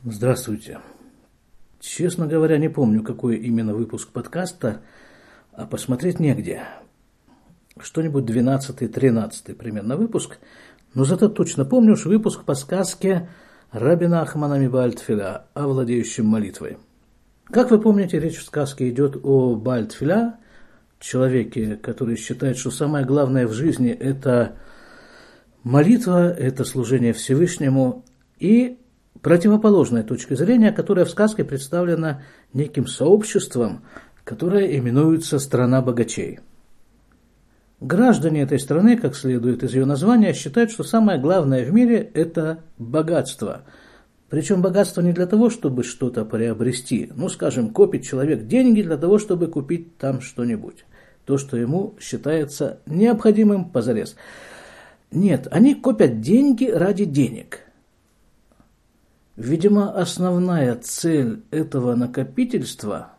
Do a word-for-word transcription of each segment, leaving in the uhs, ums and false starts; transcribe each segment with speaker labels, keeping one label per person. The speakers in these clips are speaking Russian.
Speaker 1: Здравствуйте. Честно говоря, не помню, какой именно выпуск подкаста, а посмотреть негде. Что-нибудь двенадцатый, тринадцатый примерно выпуск, но зато точно помню, что выпуск по сказке Раби Нахмана мибааль-тфиля о владеющем молитвой. Как вы помните, речь в сказке идет о Бааль-тфиля, человеке, который считает, что самое главное в жизни – это молитва, это служение Всевышнему, и противоположная точка зрения, которая в сказке представлена неким сообществом, которое именуется «Страна богачей». Граждане этой страны, как следует из ее названия, считают, что самое главное в мире – это богатство. Причем богатство не для того, чтобы что-то приобрести. Ну, скажем, копит человек деньги для того, чтобы купить там что-нибудь. То, что ему считается необходимым позарез. Нет, они копят деньги ради денег. Видимо, основная цель этого накопительства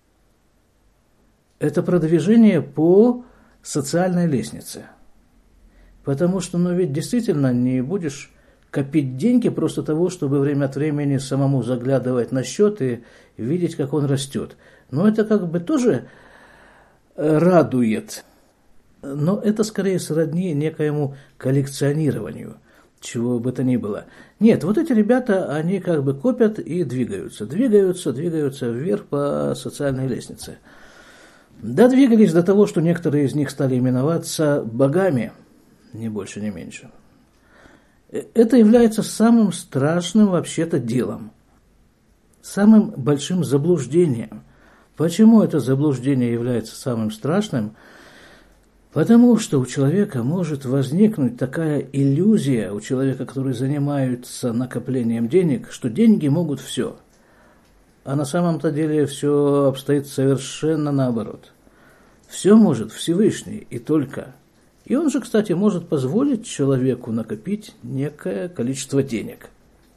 Speaker 1: – это продвижение по социальной лестнице. Потому что, ну ведь действительно не будешь копить деньги просто того, чтобы время от времени самому заглядывать на счет и видеть, как он растет. Но это как бы тоже радует. Но это скорее сродни некоему коллекционированию, чего бы то ни было. Нет, вот эти ребята, они как бы копят и двигаются. Двигаются, двигаются вверх по социальной лестнице. Додвигались до того, что некоторые из них стали именоваться богами, ни больше, ни меньше. Это является самым страшным вообще-то делом, самым большим заблуждением. Почему это заблуждение является самым страшным? Потому что у человека может возникнуть такая иллюзия, у человека, который занимается накоплением денег, что деньги могут все. А на самом-то деле все обстоит совершенно наоборот. Все может Всевышний и только. И он же, кстати, может позволить человеку накопить некое количество денег.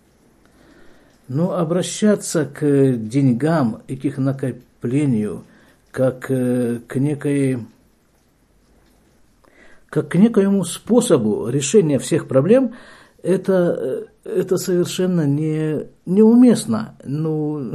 Speaker 1: Но обращаться к деньгам и к их накоплению как к некой... как к некоему способу решения всех проблем, это, это совершенно не, неуместно. Ну,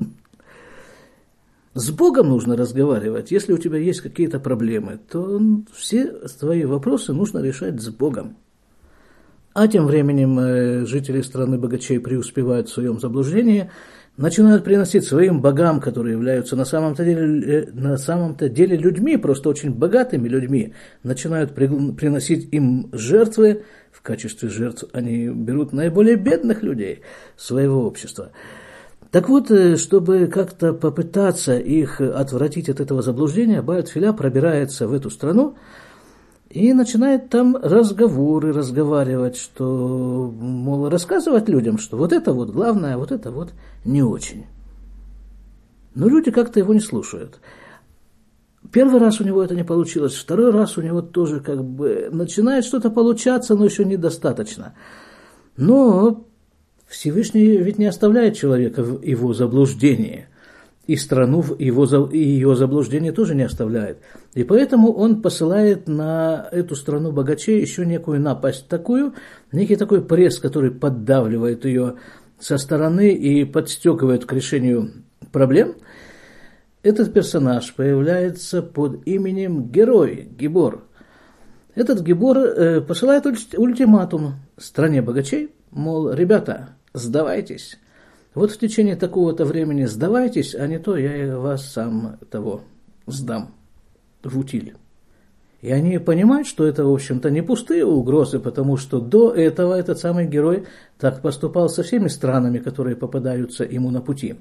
Speaker 1: с Богом нужно разговаривать. Если у тебя есть какие-то проблемы, то все твои вопросы нужно решать с Богом. А тем временем жители страны богачей преуспевают в своем заблуждении, начинают приносить своим богам, которые являются на самом-то деле, на самом-то деле людьми, просто очень богатыми людьми, начинают приносить им жертвы. В качестве жертв они берут наиболее бедных людей своего общества. Так вот, чтобы как-то попытаться их отвратить от этого заблуждения, Бааль-тфиля пробирается в эту страну и начинает там разговоры разговаривать, что, мол, рассказывать людям, что вот это вот главное, вот это вот не очень. Но люди как-то его не слушают. Первый раз у него это не получилось, второй раз у него тоже как бы начинает что-то получаться, но еще недостаточно. Но Всевышний ведь не оставляет человека в его заблуждении. И страну в его, и ее заблуждение тоже не оставляет. И поэтому он посылает на эту страну богачей еще некую напасть такую, некий такой пресс, который поддавливает ее со стороны и подстегивает к решению проблем. Этот персонаж появляется под именем Герой, Гибор. Этот Гибор э, посылает ультиматум стране богачей, мол, ребята, сдавайтесь. Вот в течение такого-то времени сдавайтесь, а не то я вас сам того сдам в утиль. И они понимают, что это, в общем-то, не пустые угрозы, потому что до этого этот самый герой так поступал со всеми странами, которые попадаются ему на пути.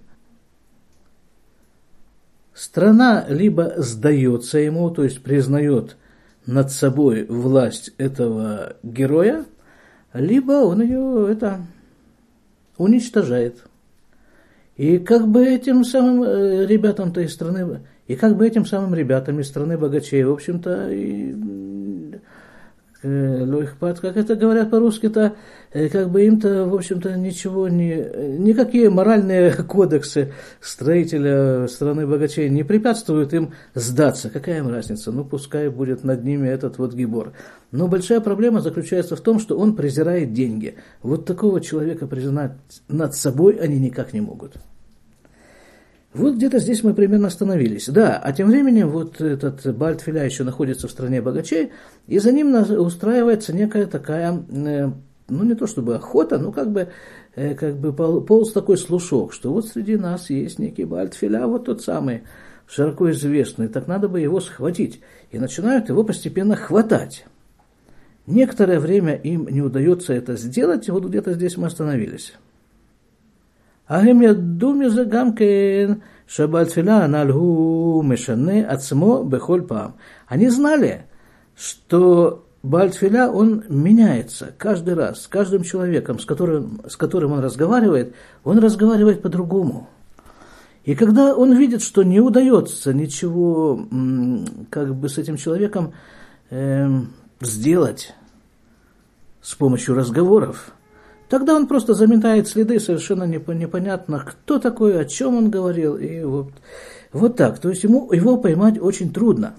Speaker 1: Страна либо сдается ему, то есть признает над собой власть этого героя, либо он ее это уничтожает. И как бы этим самым ребятам-то из страны, и как бы этим самым ребятам из страны богачей, в общем-то, и, Лойхпат, как это говорят по-русски-то, как бы им-то, в общем-то, ничего не, никакие моральные кодексы строителя страны богачей не препятствуют им сдаться. Какая им разница? Ну, пускай будет над ними этот вот гибор. Но большая проблема заключается в том, что он презирает деньги. Вот такого человека признать над собой они никак не могут. Вот где-то здесь мы примерно остановились. Да, а тем временем вот этот Бааль Тфиля еще находится в стране богачей, и за ним устраивается некая такая, ну не то чтобы охота, но как бы, как бы полз такой слушок, что вот среди нас есть некий Бааль Тфиля, вот тот самый, широко известный, так надо бы его схватить. И начинают его постепенно хватать. Некоторое время им не удается это сделать, и вот где-то здесь мы остановились. הם ידעו מזה גם כן שבעל תפילה הנ"ל הוא משנה עצמו בכל פעם. Они знали, что Бааль Тфиля, он меняется каждый раз, с каждым человеком, с которым, с которым он разговаривает, он разговаривает по-другому. И когда он видит, что не удается ничего как бы с этим человеком э, сделать с помощью разговоров, тогда он просто заметает следы, совершенно непонятно, кто такой, о чем он говорил. И вот, вот так. То есть ему, его поймать очень трудно.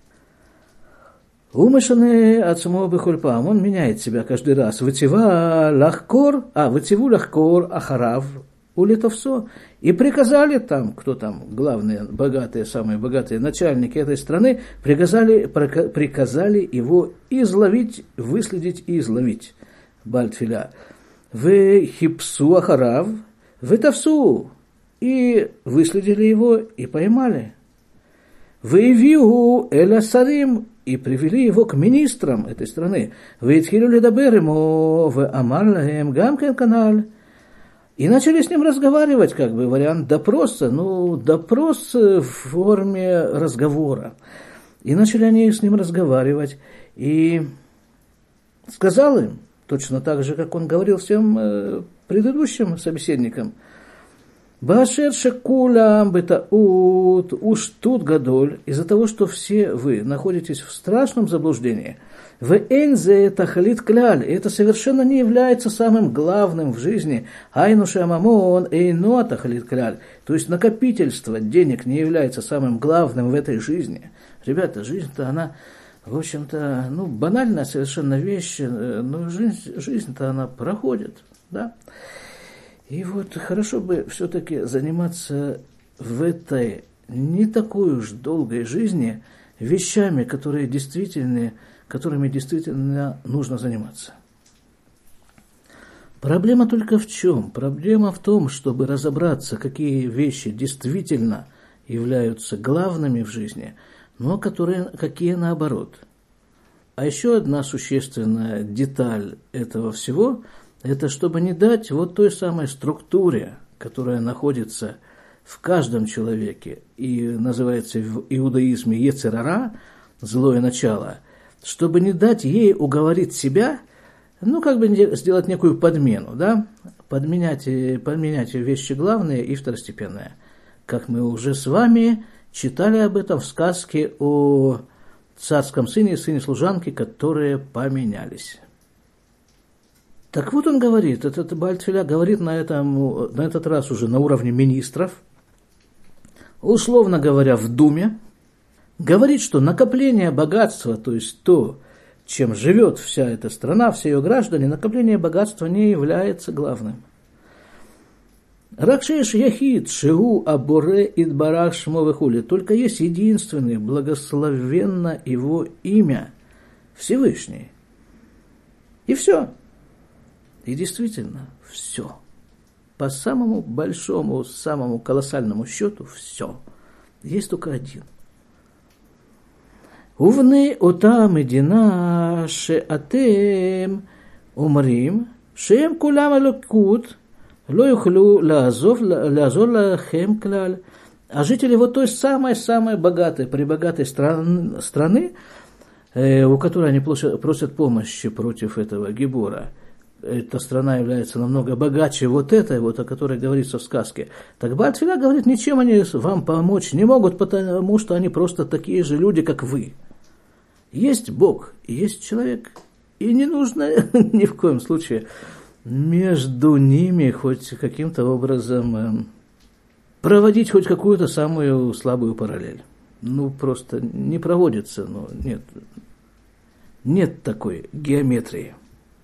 Speaker 1: Умышленный отсмо бехульпам, он меняет себя каждый раз. Вытива лахкор, а вытиву лахкор ахарав улитовсо. И приказали там, кто там, главные, богатые, самые богатые начальники этой страны, приказали, приказали его изловить, выследить и изловить. Бааль Тфиля. В хипсу ахарав, в тавсу, и выследили его, и поймали. В ивиу эля сарим, и привели его к министрам этой страны. В итхилю ледабер ему, в амар лахем гамкен канал. И начали с ним разговаривать, как бы вариант допроса, ну, допрос в форме разговора. И начали они с ним разговаривать, и сказал им, точно так же, как он говорил всем э, предыдущим собеседникам. Башер шекулам бетаут уж тут гадоль, из-за того, что все вы находитесь в страшном заблуждении. В энзе тахалит кляль, и это совершенно не является самым главным в жизни. Айнуша мамон эйно тахалит кляль, то есть накопительство денег не является самым главным в этой жизни. Ребята, жизнь-то она... В общем-то, ну, банальная совершенно вещь, но жизнь, жизнь-то она проходит, да. И вот хорошо бы все-таки заниматься в этой не такой уж долгой жизни вещами, которые действительно, которыми действительно нужно заниматься. Проблема только в чем? Проблема в том, чтобы разобраться, какие вещи действительно являются главными в жизни, но которые, какие наоборот. А еще одна существенная деталь этого всего, это чтобы не дать вот той самой структуре, которая находится в каждом человеке и называется в иудаизме йецер ара, злое начало, чтобы не дать ей уговорить себя, ну, как бы сделать некую подмену, да, подменять, подменять вещи главные и второстепенные. Как мы уже с вами читали об этом в сказке о царском сыне и сыне служанки, которые поменялись. Так вот он говорит, этот Бааль Тфиля говорит на, этом, на этот раз уже на уровне министров, условно говоря, в Думе, говорит, что накопление богатства, то есть то, чем живет вся эта страна, все ее граждане, накопление богатства не является главным. Ракшеш яхид шигу аборе идбарах шмовехули. Только есть единственный, благословенно его имя, Всевышний. И все. И действительно, все. По самому большому, самому колоссальному счету, все. Есть только один. Увны ота медина шеатем умрим шем кулам элокут ло юхлю лазор лахем клаль. А жители вот той самой-самой богатой, прибогатой стран, страны, э, у которой они просят, просят помощи против этого гибора, эта страна является намного богаче вот этой, вот, о которой говорится в сказке. Так Бааль Тфиля говорит, ничем они вам помочь не могут, потому что они просто такие же люди, как вы. Есть Бог, есть человек, И не нужно ни в коем случае между ними хоть каким-то образом проводить хоть какую-то самую слабую параллель. Ну, просто не проводится, но нет, нет такой геометрии.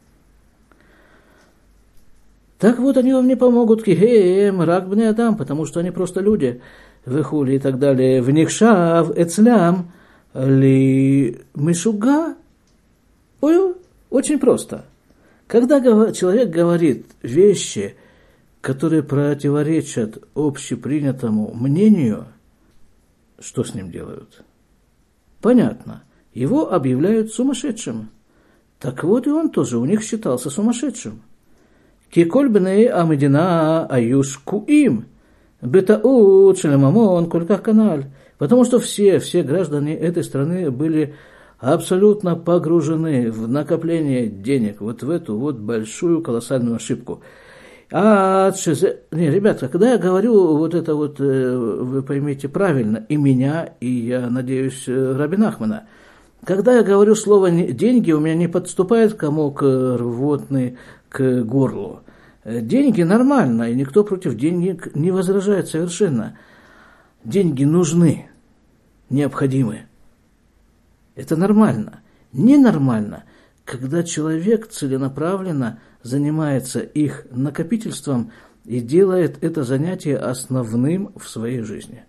Speaker 1: Так вот, они вам не помогут, кигеем, рак бне адам, потому что они просто люди, выхули и так далее. В них шав, эцлям, ли мишуга. Ой, очень просто. Когда человек говорит вещи, которые противоречат общепринятому мнению, что с ним делают? Понятно. Его объявляют сумасшедшим. Так вот и он тоже у них считался сумасшедшим. Киколь бней амедина аюшкуим, бетаут шелемамон кольках каналь. Потому что все, все граждане этой страны были абсолютно погружены в накопление денег, вот в эту вот большую колоссальную ошибку. А, не, ребята, когда я говорю вот это вот, вы поймите правильно, и меня, и, я надеюсь, Раби Нахмана, когда я говорю слово «деньги», у меня не подступает комок рвотный к горлу. Деньги нормально, и никто против денег не возражает совершенно. Деньги нужны, необходимы. Это нормально. Ненормально, когда человек целенаправленно занимается их накопительством и делает это занятие основным в своей жизни,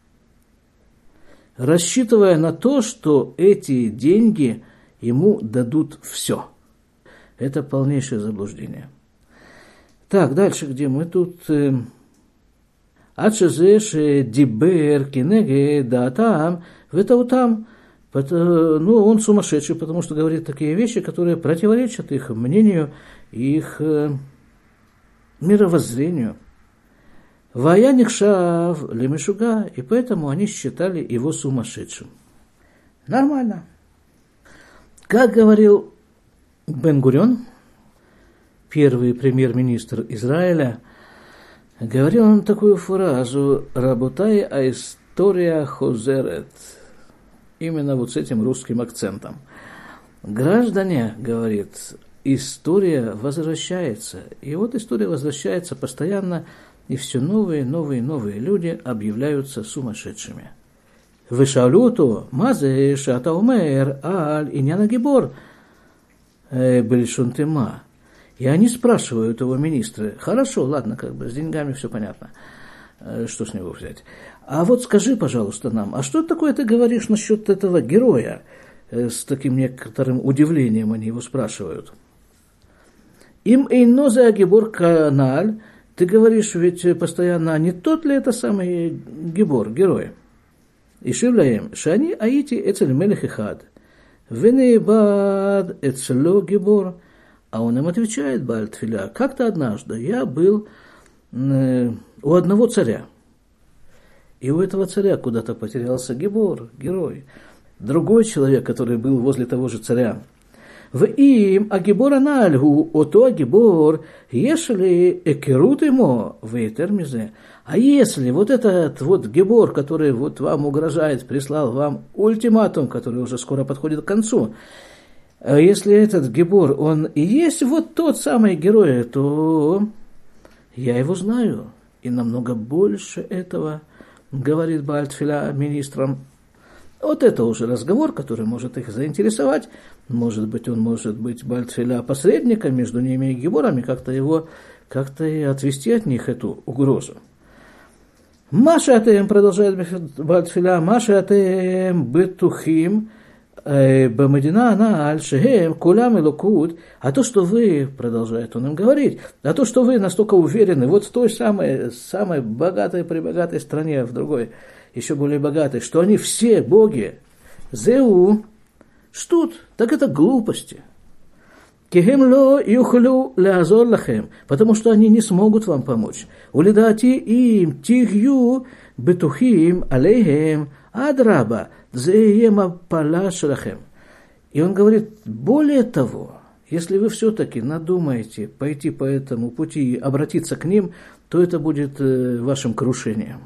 Speaker 1: рассчитывая на то, что эти деньги ему дадут все. Это полнейшее заблуждение. Так, дальше, где мы тут? Ачезеш дибер кинеге датам ветаутам. Ну, он сумасшедший, потому что говорит такие вещи, которые противоречат их мнению, их мировоззрению. Ваяникшав лемешуга, и поэтому они считали его сумасшедшим. Нормально. Как говорил Бен-Гурион, первый премьер-министр Израиля, говорил он такую фразу «Работай, а история хозерет». Именно вот с этим русским акцентом. Граждане, говорит, история возвращается. И вот история возвращается постоянно, и все новые, новые, новые люди объявляются сумасшедшими. Вышалюту, мазе, шата умер, аль, иняна гибор, бельшунтема. И они спрашивают его министры, хорошо, ладно, как бы с деньгами все понятно, что с него взять. А вот скажи, пожалуйста, нам, а что такое ты говоришь насчет этого героя? С таким некоторым удивлением они его спрашивают. Им эйнозе агибор каналь, ты говоришь ведь постоянно, не тот ли это самый гибор, герой? И шивляем, шани аити эцель мелех ихад, венеибад эцело гибор. А он им отвечает, Бааль Тфиля, как-то однажды я был э, у одного царя. И у этого царя куда-то потерялся гибор, герой. Другой человек, который был возле того же царя. В им агибор анальгу, ото агибор, ешли экерут ему в этермизе. А если вот этот вот гибор, который вот вам угрожает, прислал вам ультиматум, который уже скоро подходит к концу, а если этот гибор, он и есть вот тот самый герой, то я его знаю. И намного больше этого, говорит Бааль Тфиля министрам. Вот это уже разговор, который может их заинтересовать. Может быть, он может быть Бааль Тфиля посредником между ними и гиборами, как-то его, как-то и отвести от них эту угрозу. Маша атем, продолжает Бааль Тфиля, Маша атем бетухим, Бамадина она аль-шехем кулям и лукут, а то, что вы, продолжает он им говорить, а то, что вы настолько уверены, вот в той самой, самой богатой, прибогатой стране, в другой, еще более богатой, что они все боги, зеу, штут, так это глупости. Кихем ло юхлю лязор лахем, потому что они не смогут вам помочь. Улидати им тихью бетухим алейхем адраба. И он говорит, более того, если вы все-таки надумаете пойти по этому пути и обратиться к ним, то это будет вашим крушением.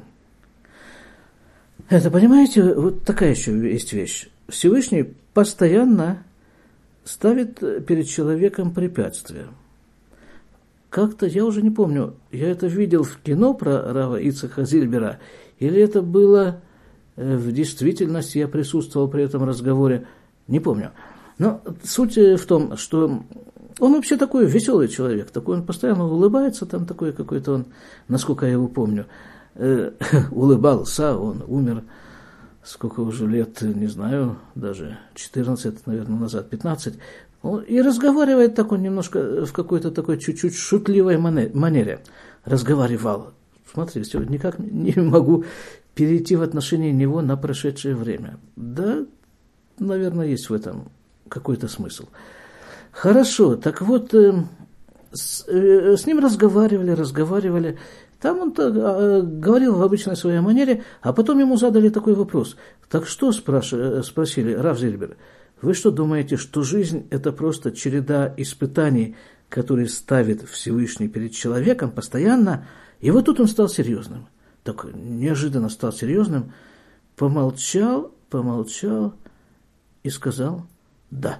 Speaker 1: Это, понимаете, вот такая еще есть вещь. Всевышний постоянно ставит перед человеком препятствия. Как-то, я уже не помню, я это видел в кино про Рава Ицхака Зильбера, или это было в действительности, я присутствовал при этом разговоре, не помню. Но суть в том, что он вообще такой веселый человек, такой он постоянно улыбается, там такой какой-то он, насколько я его помню, э, улыбался, он умер, сколько уже лет, не знаю, даже четырнадцать, наверное, назад, пятнадцать. И разговаривает так он немножко в какой-то такой чуть-чуть шутливой манере. Разговаривал. Смотри, сегодня никак не могу перейти в отношении него на прошедшее время. Да, наверное, есть в этом какой-то смысл. Хорошо, так вот, с, с ним разговаривали, разговаривали. Там он говорил в обычной своей манере, а потом ему задали такой вопрос. Так что, спрашивали, спросили, Рав Зильбер, вы что думаете, что жизнь – это просто череда испытаний, которые ставит Всевышний перед человеком постоянно? И вот тут он стал серьезным. Так неожиданно стал серьезным, помолчал, помолчал и сказал «да».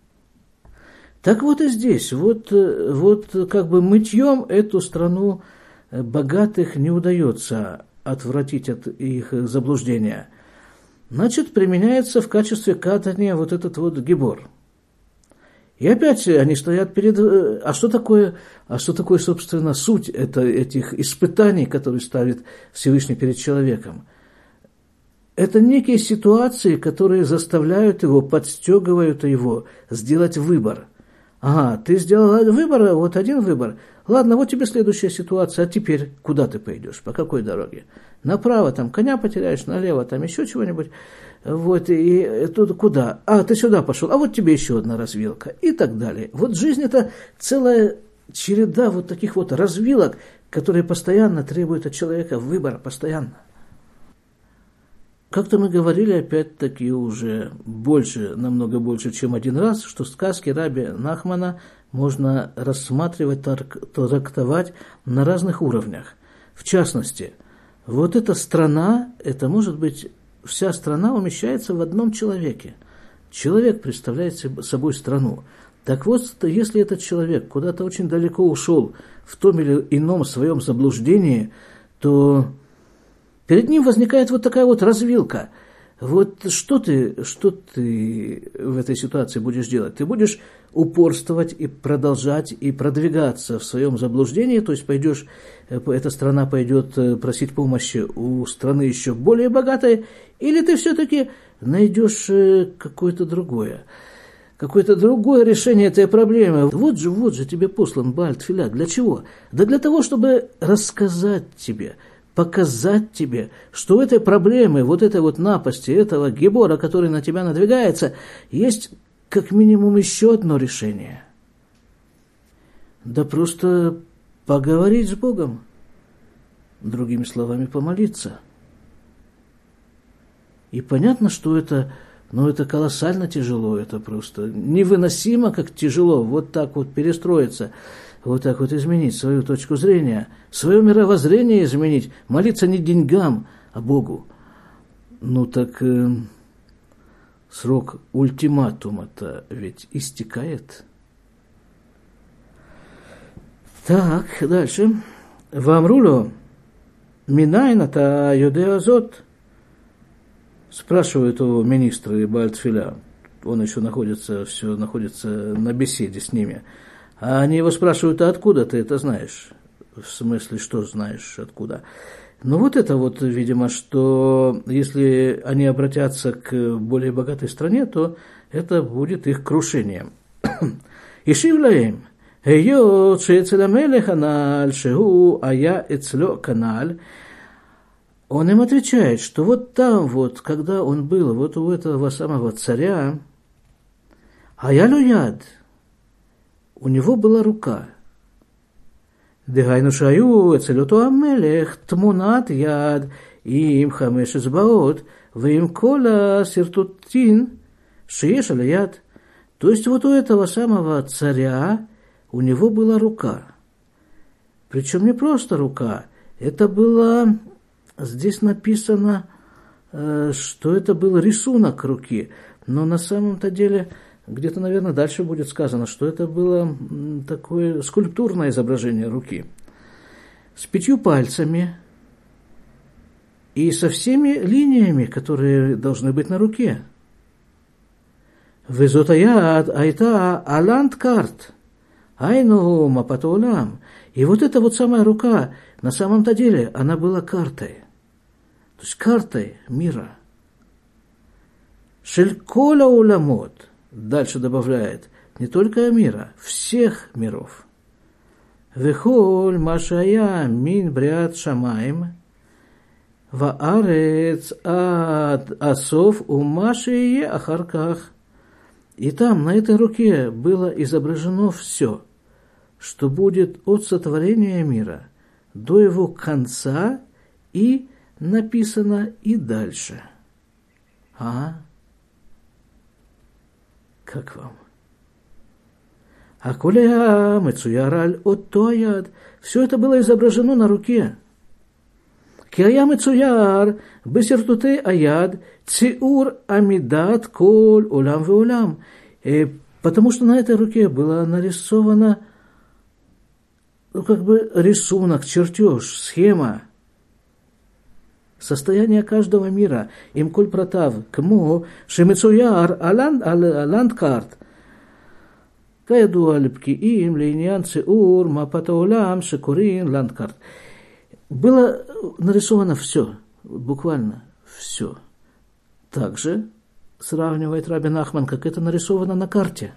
Speaker 1: Так вот и здесь, вот, вот как бы мытьем эту страну богатых не удается отвратить от их заблуждения. Значит, применяется в качестве катания вот этот вот гибор. И опять они стоят перед... А что такое, а что такое собственно, суть это, этих испытаний, которые ставит Всевышний перед человеком? Это некие ситуации, которые заставляют его, подстегивают его сделать выбор. Ага, ты сделал выбор, вот один выбор. Ладно, вот тебе следующая ситуация, а теперь куда ты пойдешь, по какой дороге? Направо, там, коня потеряешь, налево, там, еще чего-нибудь. Вот, и, и тут куда? А, ты сюда пошел, а вот тебе еще одна развилка, и так далее. Вот жизнь – это целая череда вот таких вот развилок, которые постоянно требуют от человека выбора, постоянно. Как-то мы говорили, опять-таки, уже больше, намного больше, чем один раз, что сказки Раби Нахмана можно рассматривать, трактовать на разных уровнях. В частности, вот эта страна, это может быть, вся страна умещается в одном человеке. Человек представляет собой страну. Так вот, если этот человек куда-то очень далеко ушел в том или ином своем заблуждении, то перед ним возникает вот такая вот развилка. Вот что ты, что ты в этой ситуации будешь делать? Ты будешь упорствовать и продолжать, и продвигаться в своем заблуждении, то есть пойдешь, эта страна пойдет просить помощи у страны еще более богатой, или ты все-таки найдешь какое-то другое, какое-то другое решение этой проблемы. Вот же, вот же тебе послан Бааль Тфиля. Для чего? Да для того, чтобы рассказать тебе, показать тебе, что у этой проблемы, вот этой вот напасти, этого гибора, который на тебя надвигается, есть как минимум еще одно решение. Да просто поговорить с Богом, другими словами, помолиться. И понятно, что это, ну, это колоссально тяжело, это просто невыносимо, как тяжело вот так вот перестроиться, вот так вот изменить свою точку зрения, свое мировоззрение изменить, молиться не деньгам, а Богу. Ну так э, срок ультиматума-то ведь истекает. Так, дальше. Вамруло, минайна-то юдеазот. Спрашивают у министра Бааль Тфиля, он еще находится, все находится на беседе с ними. А они его спрашивают, а откуда ты это знаешь? В смысле, что знаешь, откуда? Ну вот это вот, видимо, что если они обратятся к более богатой стране, то это будет их крушением. Ишивлаем. Ее цецеламеле ханаль шеу ая эцло каналь. Он им отвечает, что вот там вот, когда он был, вот у этого самого царя, ая люяд, у него была рука. Дегайну шаю эцелюту амелех тмунат яд им хамеш эцбаот вим кола сиртутин шиеш аль-яд. То есть вот у этого самого царя у него была рука. Причем не просто рука, это была, здесь написано, что это был рисунок руки, но на самом-то деле где-то, наверное, дальше будет сказано, что это было такое скульптурное изображение руки с пятью пальцами и со всеми линиями, которые должны быть на руке. וזאת היד הייתה аланд карт, айну мапат олам. И вот эта вот самая рука, на самом-то деле, она была картой. То есть картой мира. Шелькола уламот. Дальше добавляет, не только мира, всех миров. Вехоль машая мин бриат шамаим. Ваарец ад асов умашие ахарках. И там, на этой руке, было изображено все, что будет от сотворения мира до его конца, и написано и дальше. А? Как вам? Акулея, мецуяраль, оттояд. Все это было изображено на руке. Кия мецуяр, бесертуте аяд, циур амидат коль улам ве улам. Потому что на этой руке было нарисовано, ну, как бы рисунок, чертеж, схема состояния каждого мира. Им коль протав, кмо шемецуяр аланд карт. Каяду алипки им лейнян циур мапата улам шекурин ланд карт. Было нарисовано все, буквально все. Также сравнивает Раби Нахман, как это нарисовано на карте.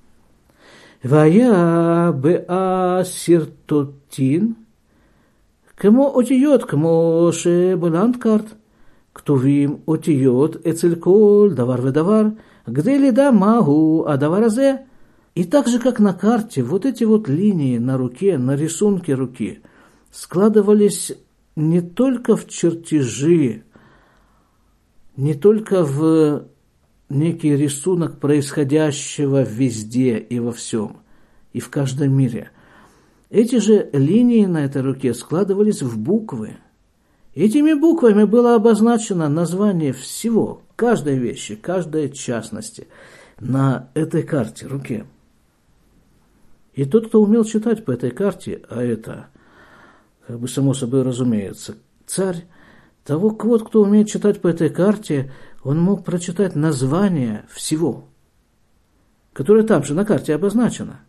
Speaker 1: Вая беа сиртотин, кемо отиот, кемо ше баланд карт, ктувим отиот эцельколь давар ведавар, где лида магу адаваразе. И так же, как на карте, вот эти вот линии на руке, на рисунке руки, складывались не только в чертежи, не только в некий рисунок происходящего везде и во всем, и в каждом мире. Эти же линии на этой руке складывались в буквы. Этими буквами было обозначено название всего, каждой вещи, каждой частности на этой карте, руке. И тот, кто умел читать по этой карте, а это, как бы само собой разумеется, царь, того, вот, кто умеет читать по этой карте, он мог прочитать название всего, которое там же на карте обозначено.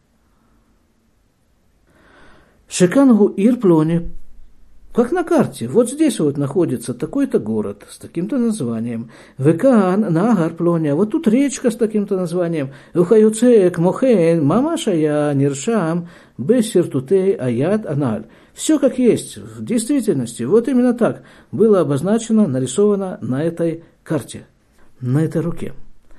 Speaker 1: Шекангу Ирплони, как на карте, вот здесь вот находится такой-то город с таким-то названием. Векан Нагар Плони, а вот тут речка с таким-то названием. Ухаюцек Мохен Мамашая Ниршам Бессертутей Аят Аналь. Все как есть, в действительности, вот именно так было обозначено, нарисовано на этой карте, на этой руке.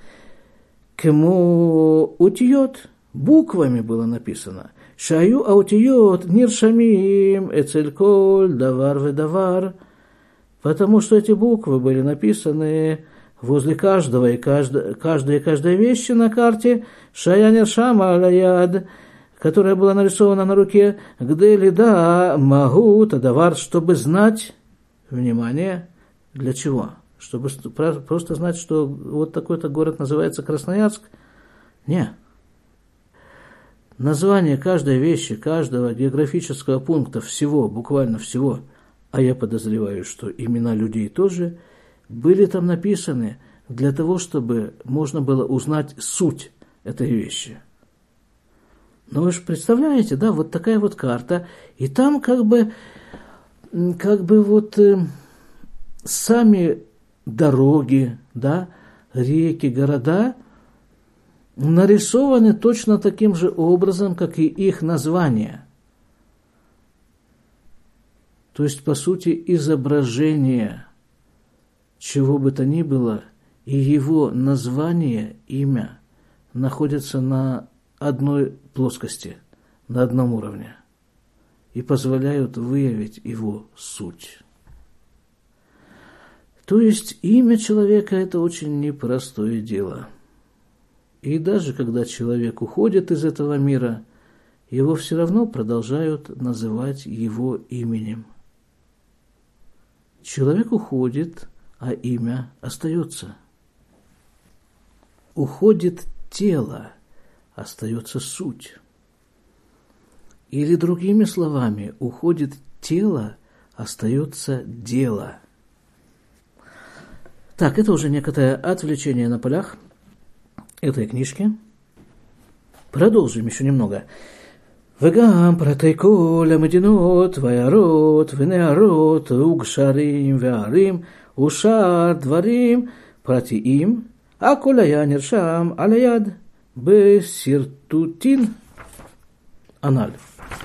Speaker 1: Кему утьет, буквами было написано. Шаю аутиот ниршамим эцельколь давар ведавар. Потому что эти буквы были написаны возле каждого и каждой, каждой и каждой вещи на карте. Шая ниршама алаяд, которая была нарисована на руке. Где лида магу тадавар, чтобы знать, внимание, для чего? Чтобы просто знать, что вот такой-то город называется Красноярск? Нет. Название каждой вещи, каждого географического пункта, всего, буквально всего, а я подозреваю, что имена людей тоже, были там написаны для того, чтобы можно было узнать суть этой вещи. Но вы же представляете, да, вот такая вот карта, и там как бы, как бы вот э, сами дороги, да, реки, города нарисованы точно таким же образом, как и их названия. То есть, по сути, изображение чего бы то ни было, и его название, имя, находятся на одной плоскости, на одном уровне, и позволяют выявить его суть. То есть, имя человека – это очень непростое дело. И даже когда человек уходит из этого мира, его все равно продолжают называть его именем. Человек уходит, а имя остается. Уходит тело, остается суть. Или другими словами, уходит тело, остается дело. Так, это уже некоторое отвлечение на полях этой книжки. Продолжим еще немного. וגם פרטי כל המדינות והעיירות ונהרות וגשרים וערים ושאר דברים פרטיים, הכל היה נרשם על היד בשרטוטין аналь.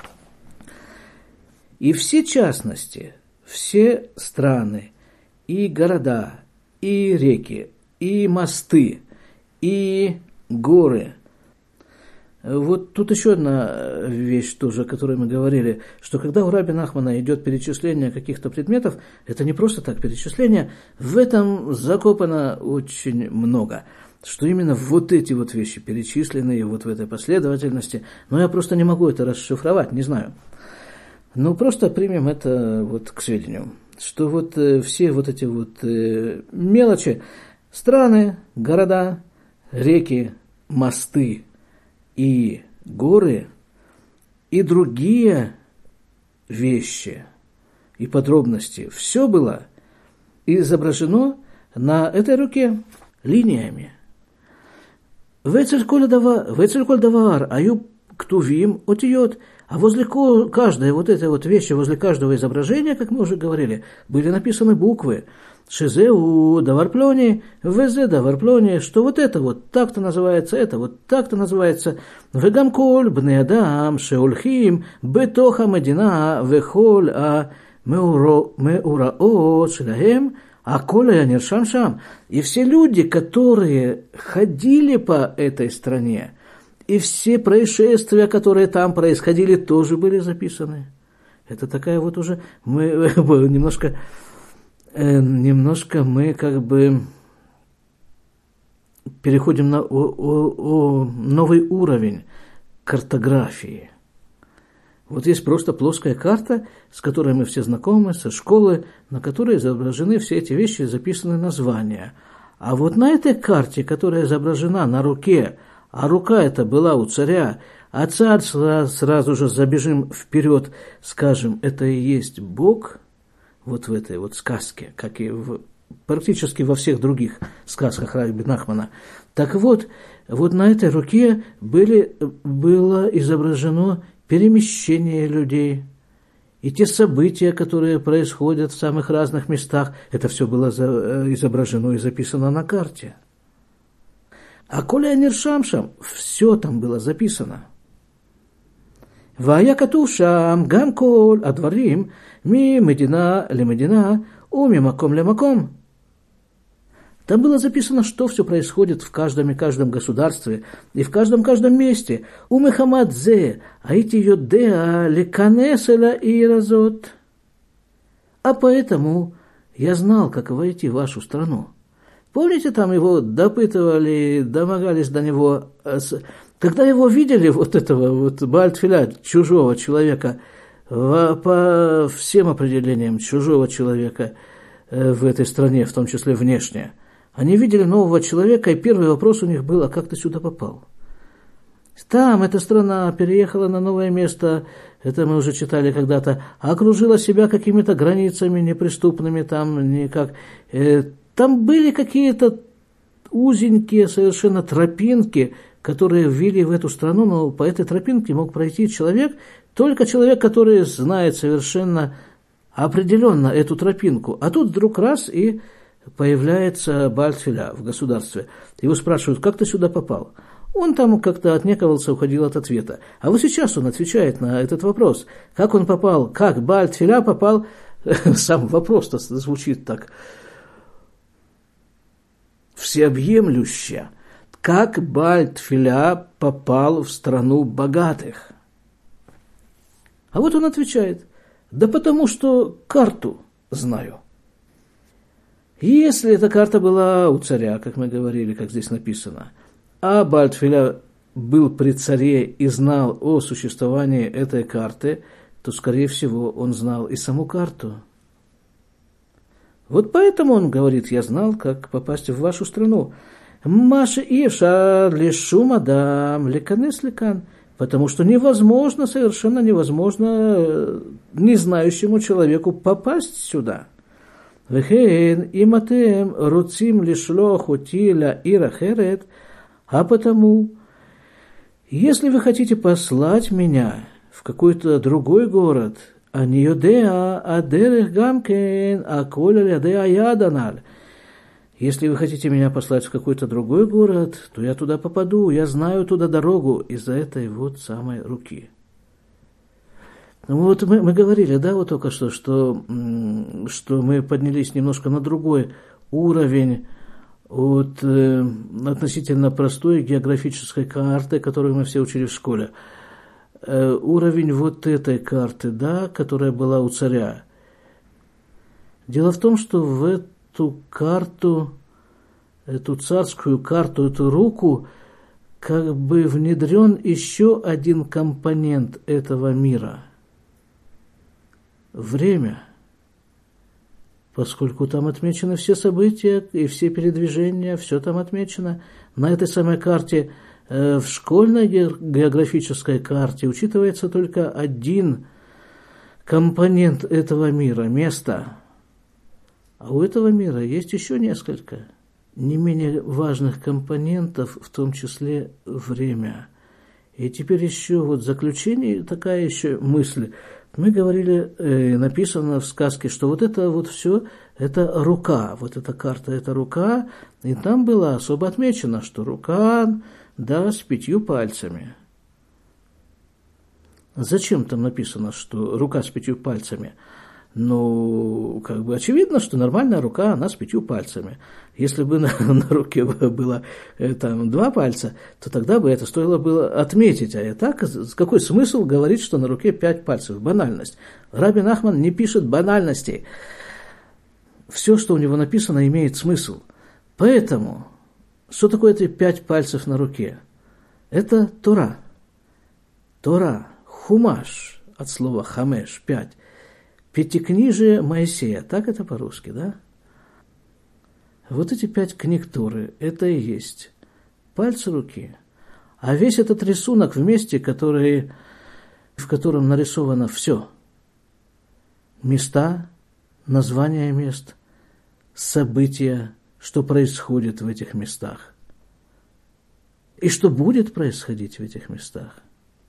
Speaker 1: И все частности, все страны, и города, и реки, и мосты, и горы. Вот тут еще одна вещь тоже, о которой мы говорили, что когда у Раби Нахмана идет перечисление каких-то предметов, это не просто так перечисление, в этом закопано очень много. Что именно вот эти вот вещи перечисленные вот в этой последовательности, но я просто не могу это расшифровать, не знаю. Ну, просто примем это вот к сведению, что вот э, все вот эти вот э, мелочи, страны, города, реки, мосты и горы, и другие вещи и подробности, все было изображено на этой руке линиями. Вецель коль давар, аю ктувим отиот. А возле каждой вот этой вот вещи, возле каждого изображения, как мы уже говорили, были написаны буквы. Шизеу даварплони, везе даварплони, что вот это вот так-то называется, это вот так-то называется. Вегамколь бнеадам шеульхим бетоха медина вехоль а меураот шелаем а коля нершам шам. И все люди, которые ходили по этой стране, и все происшествия, которые там происходили, тоже были записаны. Это такая вот уже мы немножко, э, немножко мы как бы переходим на о, о, о новый уровень картографии. Вот есть просто плоская карта, с которой мы все знакомы, со школы, на которой изображены все эти вещи, записаны названия. А вот на этой карте, которая изображена на руке, а рука эта была у царя, а царь сразу, сразу же забежим вперед, скажем, это и есть Бог, вот в этой вот сказке, как и в, практически во всех других сказках Раби Нахмана. Так вот, вот на этой руке были, было изображено перемещение людей и те события, которые происходят в самых разных местах, это все было изображено и записано на карте. А коля нершамшам, все там было записано. Вая катушам гамколь адварим ми медина ле медина уми маком ле маком. Там было записано, что все происходит в каждом и каждом государстве и в каждом каждом месте. У Мехамадзе, аити йодеа леканеселя и разот. А поэтому я знал, как войти в вашу страну. Помните, там его допытывали, домогались до него. Когда его видели, вот этого вот Бааль-Тфиля, чужого человека, по всем определениям чужого человека в этой стране, в том числе внешне, они видели нового человека, и первый вопрос у них был: а как ты сюда попал? Там эта страна переехала на новое место, это мы уже читали когда-то, окружила себя какими-то границами неприступными, там никак. Там были какие-то узенькие совершенно тропинки, которые ввели в эту страну, но по этой тропинке мог пройти человек, только человек, который знает совершенно определенно эту тропинку. А тут вдруг раз и появляется Бааль-Тфиля в государстве. Его спрашивают: как ты сюда попал? Он там как-то отнекивался, уходил от ответа. А вот сейчас он отвечает на этот вопрос. Как он попал, как Бааль-Тфиля попал, сам вопрос-то звучит так всеобъемлюще. Как Бааль-Тфиля попал в страну богатых? А вот он отвечает: да потому что карту знаю. Если эта карта была у царя, как мы говорили, как здесь написано, а Бааль-Тфиля был при царе и знал о существовании этой карты, то, скорее всего, он знал и саму карту. Вот поэтому он говорит: я знал, как попасть в вашу страну. Маши Ишар лишум адам леканес лекан. Потому что невозможно, совершенно невозможно не знающему человеку попасть сюда. Вехен иматем руцим лишлох утиля ирахерет, а потому, если вы хотите послать меня в какой-то другой город, а не юдеа, а дерех гамкен, а коля ядеа яданаль, если вы хотите меня послать в какой-то другой город, то я туда попаду, я знаю туда дорогу из-за этой вот самой руки. Вот мы, мы говорили, да, вот только что, что, что мы поднялись немножко на другой уровень от э, относительно простой географической карты, которую мы все учили в школе. Э, уровень вот этой карты, да, которая была у царя. Дело в том, что в эту карту, эту царскую карту, эту руку, как бы внедрен еще один компонент этого мира. Время. Поскольку там отмечены все события и все передвижения, все там отмечено. На этой самой карте, э, в школьной географической карте, учитывается только один компонент этого мира – место. А у этого мира есть еще несколько не менее важных компонентов, в том числе время. И теперь еще вот в заключение такая еще мысль. Мы говорили, э, написано в сказке, что вот это вот все, это рука, вот эта карта, это рука, и там было особо отмечено, что рука, да, с пятью пальцами. Зачем там написано, что рука с пятью пальцами? Ну, как бы очевидно, что нормальная рука, она с пятью пальцами. Если бы на, на руке было э, там два пальца, то тогда бы это стоило было отметить. А и так, какой смысл говорить, что на руке пять пальцев? Банальность. Раби Нахман не пишет банальностей. Все, что у него написано, имеет смысл. Поэтому, что такое эти пять пальцев на руке? Это Тора. Тора, хумаш, от слова хамеш, пять. Пятикнижие Моисея, так это по-русски, да? Вот эти пять книг Торы, это и есть пальцы руки. А весь этот рисунок вместе, который, в котором нарисовано все. Места, названия мест, события, что происходит в этих местах. И что будет происходить в этих местах.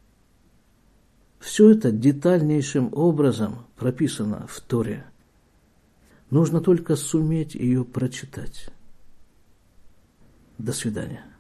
Speaker 1: Все это детальнейшим образом прописано в Торе. Нужно только суметь ее прочитать. До свидания.